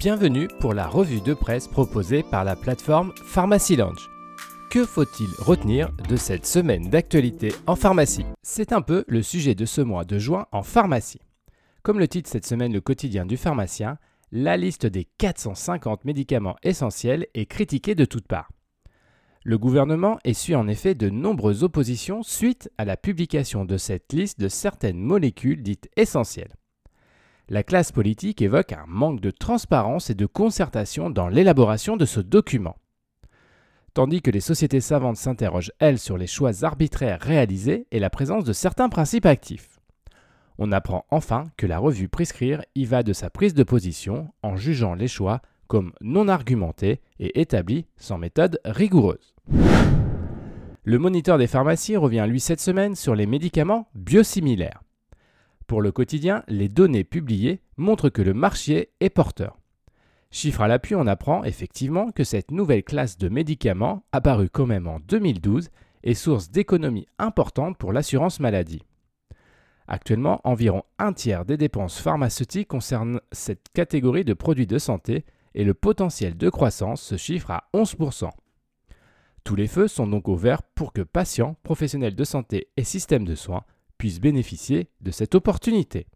Bienvenue pour la revue de presse proposée par la plateforme Pharmacy Lounge. Que faut-il retenir de cette semaine d'actualité en pharmacie ? C'est un peu le sujet de ce mois de juin en pharmacie. Comme le titre cette semaine le quotidien du pharmacien, la liste des 450 médicaments essentiels est critiquée de toutes parts. Le gouvernement essuie en effet de nombreuses oppositions suite à la publication de cette liste de certaines molécules dites essentielles. La classe politique évoque un manque de transparence et de concertation dans l'élaboration de ce document. Tandis que les sociétés savantes s'interrogent, elles, sur les choix arbitraires réalisés et la présence de certains principes actifs. On apprend enfin que la revue Prescrire y va de sa prise de position en jugeant les choix comme non argumentés et établis sans méthode rigoureuse. Le Moniteur des pharmacies revient lui cette semaine sur les médicaments biosimilaires. Pour le quotidien, les données publiées montrent que le marché est porteur. Chiffre à l'appui, on apprend effectivement que cette nouvelle classe de médicaments, apparue quand même en 2012, est source d'économies importantes pour l'assurance maladie. Actuellement, environ un tiers des dépenses pharmaceutiques concernent cette catégorie de produits de santé et le potentiel de croissance se chiffre à 11%. Tous les feux sont donc ouverts pour que patients, professionnels de santé et systèmes de soins puissent bénéficier de cette opportunité.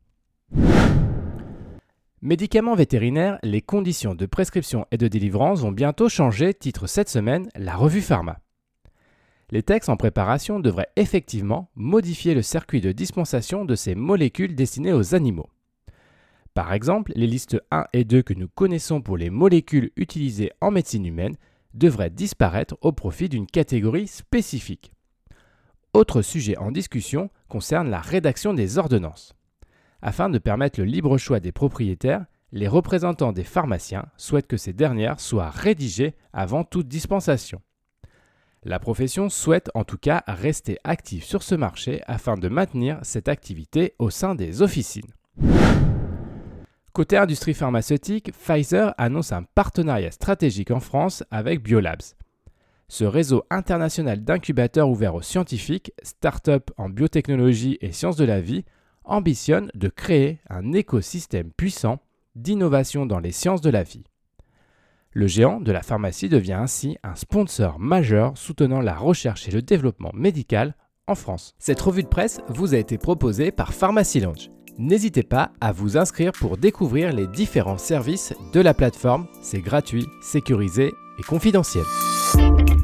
Médicaments vétérinaires, les conditions de prescription et de délivrance vont bientôt changer, titre cette semaine la revue Pharma. Les textes en préparation devraient effectivement modifier le circuit de dispensation de ces molécules destinées aux animaux. Par exemple, les listes 1 et 2 que nous connaissons pour les molécules utilisées en médecine humaine devraient disparaître au profit d'une catégorie spécifique. Autre sujet en discussion concerne la rédaction des ordonnances. Afin de permettre le libre choix des propriétaires, les représentants des pharmaciens souhaitent que ces dernières soient rédigées avant toute dispensation. La profession souhaite en tout cas rester active sur ce marché afin de maintenir cette activité au sein des officines. Côté industrie pharmaceutique, Pfizer annonce un partenariat stratégique en France avec Biolabs. Ce réseau international d'incubateurs ouverts aux scientifiques, start-up en biotechnologie et sciences de la vie, ambitionne de créer un écosystème puissant d'innovation dans les sciences de la vie. Le géant de la pharmacie devient ainsi un sponsor majeur soutenant la recherche et le développement médical en France. Cette revue de presse vous a été proposée par Pharmacy Lounge. N'hésitez pas à vous inscrire pour découvrir les différents services de la plateforme. C'est gratuit, sécurisé et confidentiel.